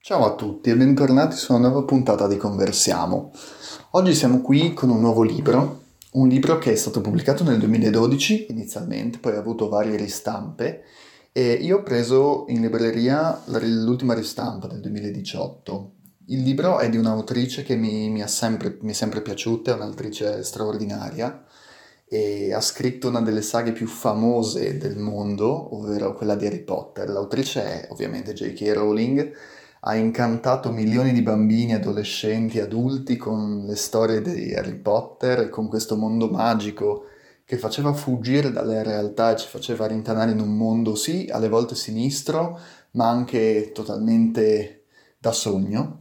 Ciao a tutti e bentornati su una nuova puntata di Conversiamo. Oggi siamo qui con un nuovo libro, un libro che è stato pubblicato nel 2012 inizialmente, poi ha avuto varie ristampe e io ho preso in libreria l'ultima ristampa del 2018. Il libro è di un'autrice che mi è sempre piaciuta, è un'autrice straordinaria e ha scritto una delle saghe più famose del mondo, ovvero quella di Harry Potter. L'autrice è ovviamente J.K. Rowling, ha incantato milioni di bambini, adolescenti, adulti con le storie di Harry Potter e con questo mondo magico che faceva fuggire dalle realtà e ci faceva rintanare in un mondo, sì, alle volte sinistro, ma anche totalmente da sogno.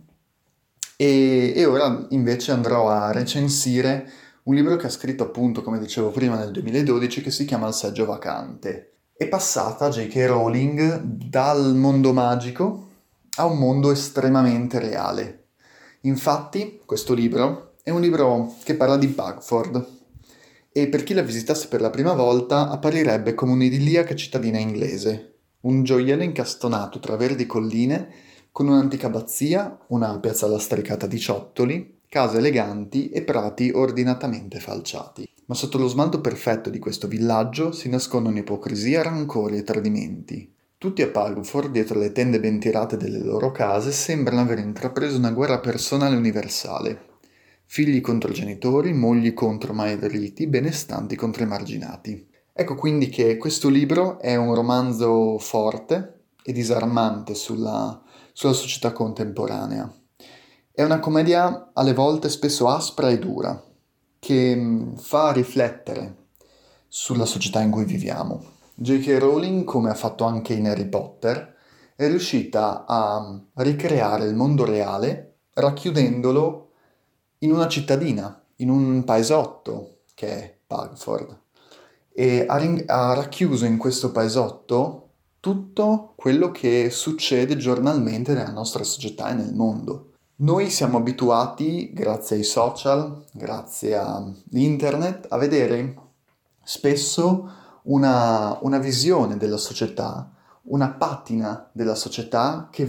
E ora invece andrò a recensire un libro che ha scritto appunto, come dicevo prima, nel 2012, che si chiama Il seggio vacante. È passata J.K. Rowling dal mondo magico a un mondo estremamente reale. Infatti, questo libro è un libro che parla di Bagford e per chi la visitasse per la prima volta apparirebbe come un'idilliaca cittadina inglese, un gioiello incastonato tra verdi colline con un'antica abbazia, una piazza lastricata di ciottoli, case eleganti e prati ordinatamente falciati. Ma sotto lo smalto perfetto di questo villaggio si nascondono ipocrisia, rancori e tradimenti. Tutti a Palford, dietro le tende ben tirate delle loro case, sembrano aver intrapreso una guerra personale universale. Figli contro genitori, mogli contro mariti, benestanti contro emarginati. Ecco quindi che questo libro è un romanzo forte e disarmante sulla società contemporanea. È una commedia alle volte spesso aspra e dura, che fa riflettere sulla società in cui viviamo. J.K. Rowling, come ha fatto anche in Harry Potter, è riuscita a ricreare il mondo reale racchiudendolo in una cittadina, in un paesotto che è Pagford. E ha racchiuso in questo paesotto tutto quello che succede giornalmente nella nostra società e nel mondo. Noi siamo abituati, grazie ai social, grazie all'internet, a vedere spesso una visione della società, una patina della società che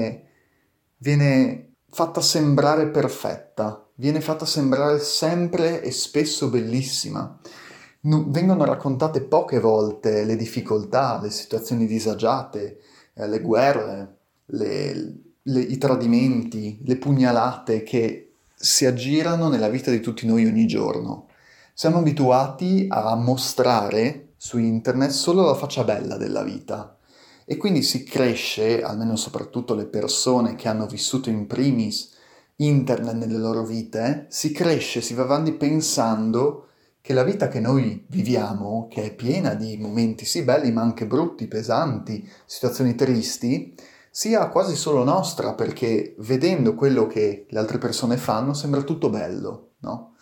viene fatta sembrare perfetta, viene fatta sembrare sempre e spesso bellissima. Vengono raccontate poche volte le difficoltà, le situazioni disagiate, le guerre, i tradimenti, le pugnalate che si aggirano nella vita di tutti noi ogni giorno. Siamo abituati a mostrare su internet solo la faccia bella della vita e quindi si cresce, almeno soprattutto le persone che hanno vissuto in primis internet nelle loro vite, si cresce, si va avanti pensando che la vita che noi viviamo, che è piena di momenti sì belli ma anche brutti, pesanti, situazioni tristi, sia quasi solo nostra, perché vedendo quello che le altre persone fanno sembra tutto bello, no?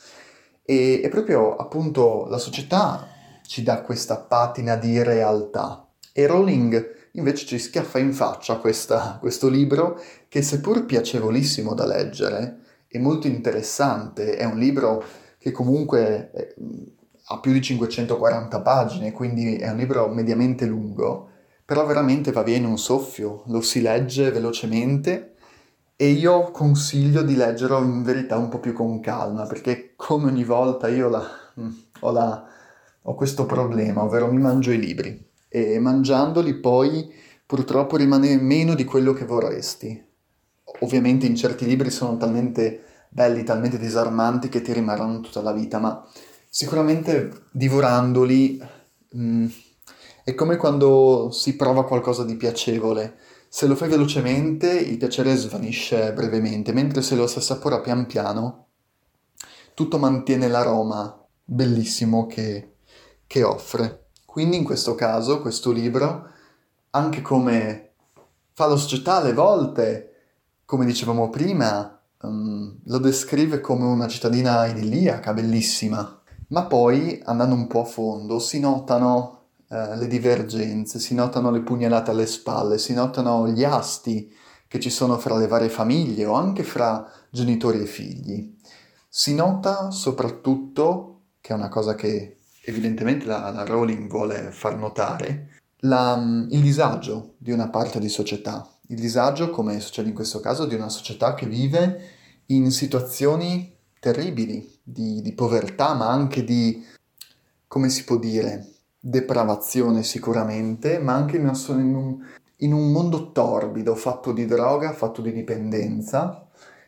E proprio appunto la società ci dà questa patina di realtà e Rowling invece ci schiaffa in faccia questo libro che seppur piacevolissimo da leggere è molto interessante, è un libro che comunque ha più di 540 pagine, quindi è un libro mediamente lungo, però veramente va via in un soffio, lo si legge velocemente e io consiglio di leggerlo in verità un po' più con calma, perché come ogni volta mm, ho, la- ho questo problema, ovvero mi mangio i libri e mangiandoli poi purtroppo rimane meno di quello che vorresti. Ovviamente in certi libri sono talmente belli, talmente disarmanti che ti rimarranno tutta la vita, ma sicuramente divorandoli, mm, è come quando si prova qualcosa di piacevole. Se lo fai velocemente, il piacere svanisce brevemente, mentre se lo si assapora pian piano, tutto mantiene l'aroma bellissimo che offre. Quindi in questo caso, questo libro, anche come fa la società alle volte, come dicevamo prima, lo descrive come una cittadina idilliaca, bellissima, ma poi, andando un po' a fondo, si notano le divergenze, si notano le pugnalate alle spalle, si notano gli asti che ci sono fra le varie famiglie o anche fra genitori e figli. Si nota soprattutto, che è una cosa che evidentemente la Rowling vuole far notare, il disagio di una parte di società, il disagio, come succede in questo caso, di una società che vive in situazioni terribili, di povertà, ma anche di, come si può dire, depravazione sicuramente, ma anche in un mondo torbido, fatto di droga, fatto di dipendenza,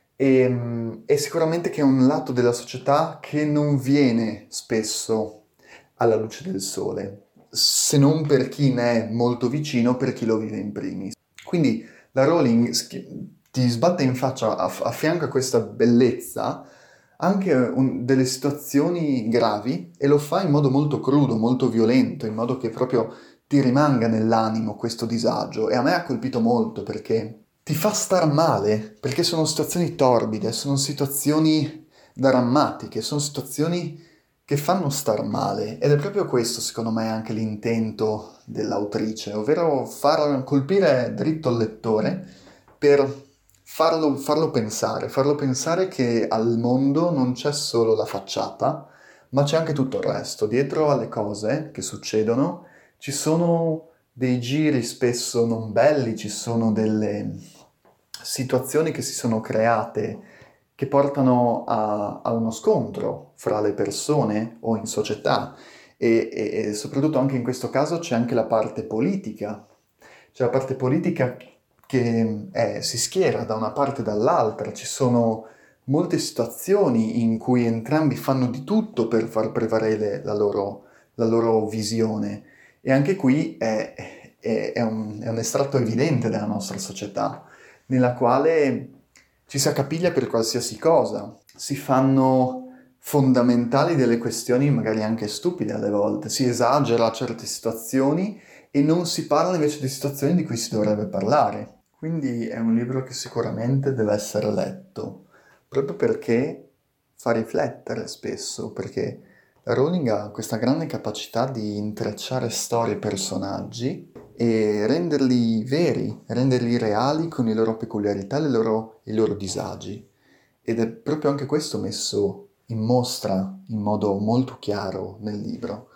e sicuramente che è un lato della società che non viene spesso alla luce del sole, se non per chi ne è molto vicino, per chi lo vive in primis. Quindi la Rowling ti sbatte in faccia a fianco a questa bellezza anche delle situazioni gravi e lo fa in modo molto crudo, molto violento, in modo che proprio ti rimanga nell'animo questo disagio. E a me ha colpito molto perché ti fa star male, perché sono situazioni torbide, sono situazioni drammatiche, sono situazioni che fanno star male. Ed è proprio questo, secondo me, anche l'intento dell'autrice, ovvero far colpire dritto il lettore per farlo pensare che al mondo non c'è solo la facciata, ma c'è anche tutto il resto. Dietro alle cose che succedono ci sono dei giri spesso non belli, ci sono delle situazioni che si sono create che portano a uno scontro fra le persone o in società e soprattutto anche in questo caso c'è anche la parte politica. C'è la parte politica che si schiera da una parte e dall'altra, ci sono molte situazioni in cui entrambi fanno di tutto per far prevalere la loro visione e anche qui è un estratto evidente della nostra società, nella quale ci si accapiglia per qualsiasi cosa, si fanno fondamentali delle questioni magari anche stupide alle volte, si esagera certe situazioni e non si parla invece di situazioni di cui si dovrebbe parlare. Quindi è un libro che sicuramente deve essere letto, proprio perché fa riflettere spesso, perché la Rowling ha questa grande capacità di intrecciare storie e personaggi e renderli veri, renderli reali con le loro peculiarità e i loro disagi. Ed è proprio anche questo messo in mostra in modo molto chiaro nel libro.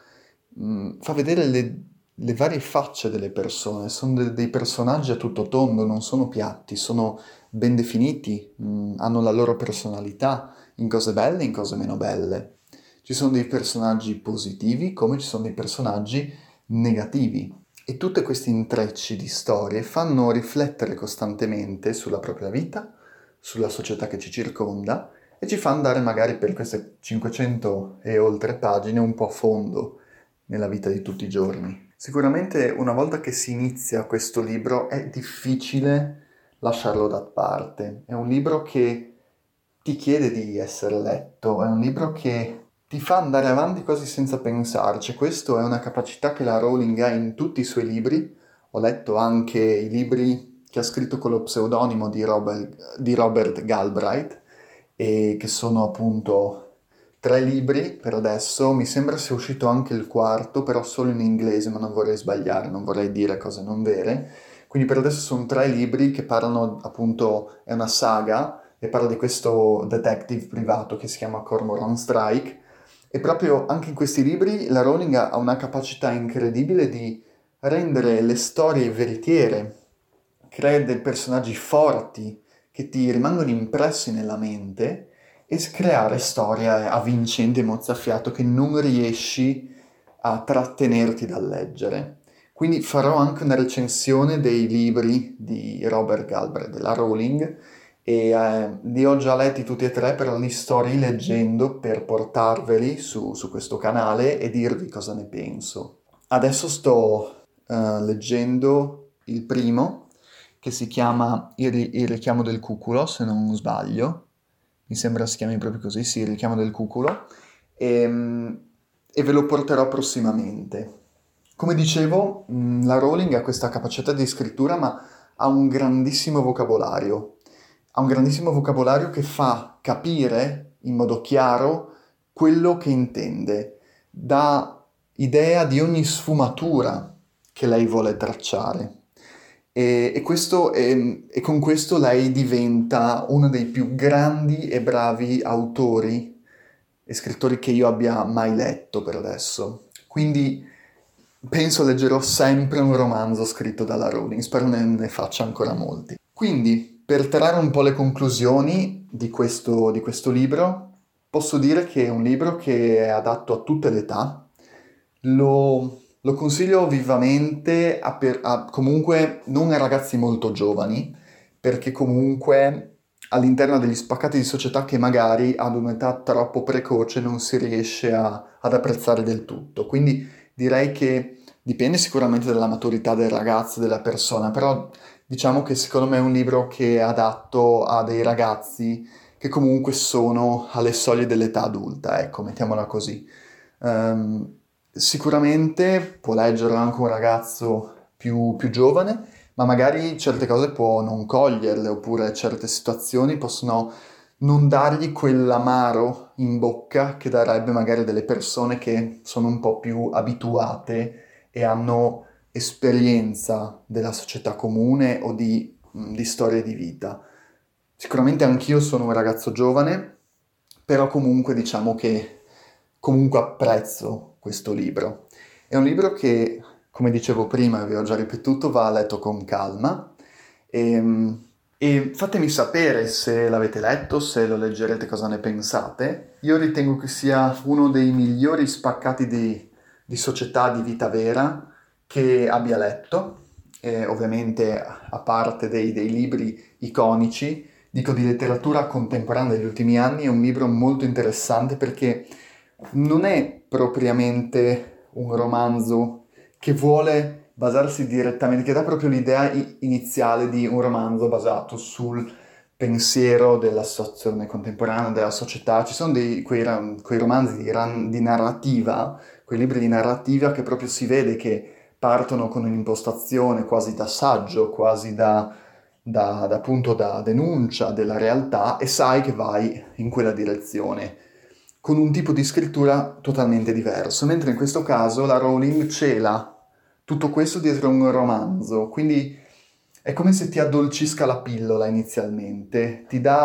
Fa vedere le varie facce delle persone, sono dei personaggi a tutto tondo, non sono piatti, sono ben definiti, hanno la loro personalità in cose belle e in cose meno belle. Ci sono dei personaggi positivi come ci sono dei personaggi negativi. E tutti questi intrecci di storie fanno riflettere costantemente sulla propria vita, sulla società che ci circonda e ci fa andare magari per queste 500 e oltre pagine un po' a fondo nella vita di tutti i giorni. Sicuramente una volta che si inizia questo libro è difficile lasciarlo da parte. È un libro che ti chiede di essere letto, è un libro che ti fa andare avanti quasi senza pensarci. Questa è una capacità che la Rowling ha in tutti i suoi libri. Ho letto anche i libri che ha scritto con lo pseudonimo di Robert Galbraith, e che sono appunto 3 libri per adesso. Mi sembra sia uscito anche il quarto, però solo in inglese, ma non vorrei sbagliare, non vorrei dire cose non vere. Quindi per adesso sono 3 libri che parlano appunto, è una saga, e parla di questo detective privato che si chiama Cormoran Strike, e proprio anche in questi libri la Rowling ha una capacità incredibile di rendere le storie veritiere, crea dei personaggi forti che ti rimangono impressi nella mente e creare storie avvincenti e mozzafiato che non riesci a trattenerti dal leggere. Quindi farò anche una recensione dei libri di Robert Galbraith, della Rowling, e li ho già letti tutti e 3, però li sto rileggendo per portarveli su questo canale e dirvi cosa ne penso. Adesso sto leggendo il primo, che si chiama Il richiamo del cuculo, se non sbaglio. Mi sembra si chiami proprio così, sì, Il richiamo del cuculo, e ve lo porterò prossimamente. Come dicevo, la Rowling ha questa capacità di scrittura, ma ha un grandissimo vocabolario. Ha un grandissimo vocabolario che fa capire in modo chiaro quello che intende, dà idea di ogni sfumatura che lei vuole tracciare. E con questo lei diventa uno dei più grandi e bravi autori e scrittori che io abbia mai letto per adesso. Quindi penso leggerò sempre un romanzo scritto dalla Rowling, spero ne faccia ancora molti. Quindi, per trarre un po' le conclusioni di questo libro, posso dire che è un libro che è adatto a tutte le età. Lo consiglio vivamente comunque non a ragazzi molto giovani, perché comunque all'interno degli spaccati di società che magari ad un'età troppo precoce non si riesce ad apprezzare del tutto. Quindi direi che dipende sicuramente dalla maturità del ragazzo, della persona, però diciamo che secondo me è un libro che è adatto a dei ragazzi che comunque sono alle soglie dell'età adulta, ecco, mettiamola così. Sicuramente può leggerlo anche un ragazzo più giovane, ma magari certe cose può non coglierle, oppure certe situazioni possono non dargli quell'amaro in bocca che darebbe magari delle persone che sono un po' più abituate e hanno esperienza della società comune o di storie di vita. Sicuramente anch'io sono un ragazzo giovane, però comunque diciamo che comunque apprezzo questo libro. È un libro che, come dicevo prima, vi ho già ripetuto, va letto con calma e, e fatemi sapere se l'avete letto, se lo leggerete, cosa ne pensate. Io ritengo che sia uno dei migliori spaccati di società di vita vera che abbia letto, e ovviamente a parte dei libri iconici, dico di letteratura contemporanea degli ultimi anni, è un libro molto interessante perché non è propriamente un romanzo che vuole basarsi direttamente, che dà proprio l'idea iniziale di un romanzo basato sul pensiero della situazione contemporanea, della società. Ci sono quei romanzi di narrativa, quei libri di narrativa che proprio si vede che partono con un'impostazione quasi da saggio, quasi appunto da denuncia della realtà e sai che vai in quella direzione con un tipo di scrittura totalmente diverso, mentre in questo caso la Rowling cela tutto questo dietro un romanzo, quindi è come se ti addolcisca la pillola inizialmente,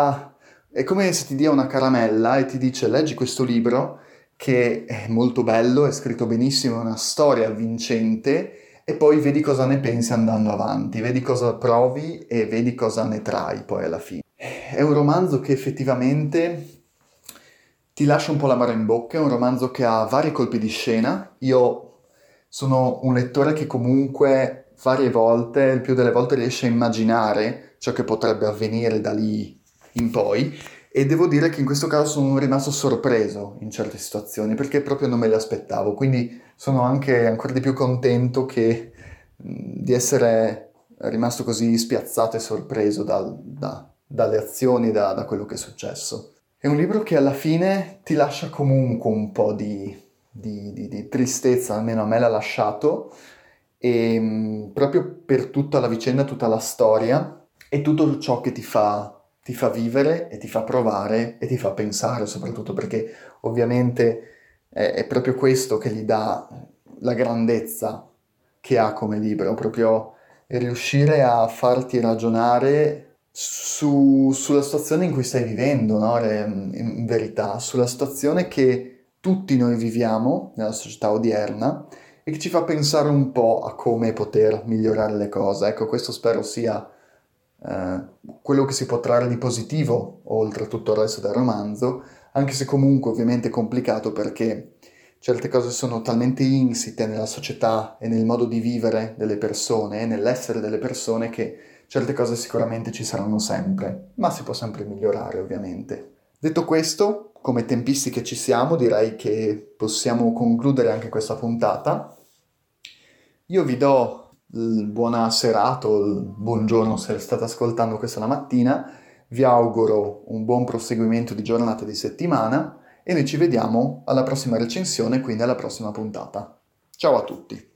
è come se ti dia una caramella e ti dice leggi questo libro che è molto bello, è scritto benissimo, è una storia avvincente e poi vedi cosa ne pensi andando avanti, vedi cosa provi e vedi cosa ne trai poi alla fine. È un romanzo che effettivamente ti lascia un po' l'amaro in bocca, è un romanzo che ha vari colpi di scena. Io sono un lettore che comunque varie volte, il più delle volte riesce a immaginare ciò che potrebbe avvenire da lì in poi e devo dire che in questo caso sono rimasto sorpreso in certe situazioni perché proprio non me le aspettavo, quindi sono anche ancora di più contento di essere rimasto così spiazzato e sorpreso dalle azioni, da quello che è successo. È un libro che alla fine ti lascia comunque un po' di tristezza, almeno a me l'ha lasciato, e proprio per tutta la vicenda, tutta la storia e tutto ciò che ti fa vivere e ti fa provare e ti fa pensare, soprattutto perché ovviamente è proprio questo che gli dà la grandezza che ha come libro, proprio riuscire a farti ragionare sulla situazione in cui stai vivendo, no? In verità, sulla situazione che tutti noi viviamo nella società odierna e che ci fa pensare un po' a come poter migliorare le cose. Ecco, questo spero sia eh, quello che si può trarre di positivo oltre a tutto il resto del romanzo, anche se comunque ovviamente è complicato perché certe cose sono talmente insite nella società e nel modo di vivere delle persone e nell'essere delle persone che certe cose sicuramente ci saranno sempre, ma si può sempre migliorare ovviamente. Detto questo, come tempistiche ci siamo, direi che possiamo concludere anche questa puntata. Io vi do il buona serata o il buongiorno se state ascoltando questa la mattina, vi auguro un buon proseguimento di giornata e di settimana e noi ci vediamo alla prossima recensione, quindi alla prossima puntata. Ciao a tutti!